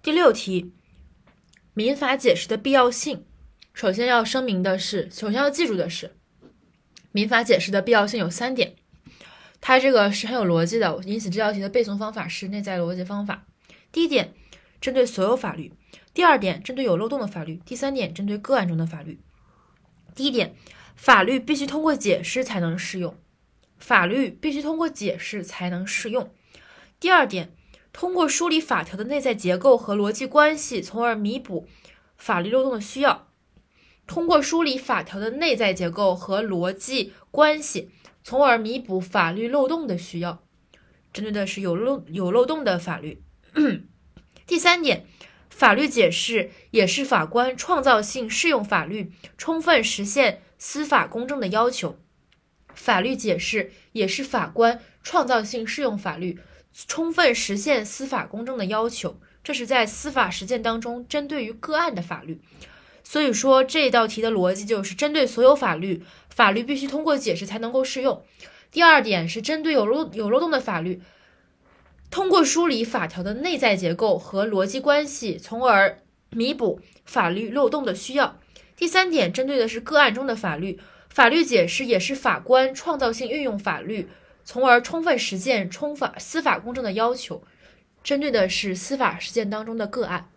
第6题，民法解释的必要性。首先要记住的是，民法解释的必要性有3点，它这个是很有逻辑的，因此这道题的背诵方法是内在逻辑方法。第1点，针对所有法律；第2点，针对有漏洞的法律；第3点，针对个案中的法律。第1点，法律必须通过解释才能适用。法律必须通过解释才能适用。第2点，通过梳理法条的内在结构和逻辑关系，从而弥补法律漏洞的需要。通过梳理法条的内在结构和逻辑关系，从而弥补法律漏洞的需要，针对的是有漏洞的法律。第3点，法律解释也是法官创造性适用法律，充分实现司法公正的要求。法律解释也是法官创造性适用法律，充分实现司法公正的要求，这是在司法实践当中针对于个案的法律。所以说这道题的逻辑就是针对所有法律，法律必须通过解释才能够适用。第2点是针对有漏洞的法律，通过梳理法条的内在结构和逻辑关系，从而弥补法律漏洞的需要。第3点针对的是个案中的法律，法律解释也是法官创造性运用法律，从而充分实现司法公正的要求，针对的是司法实践当中的个案。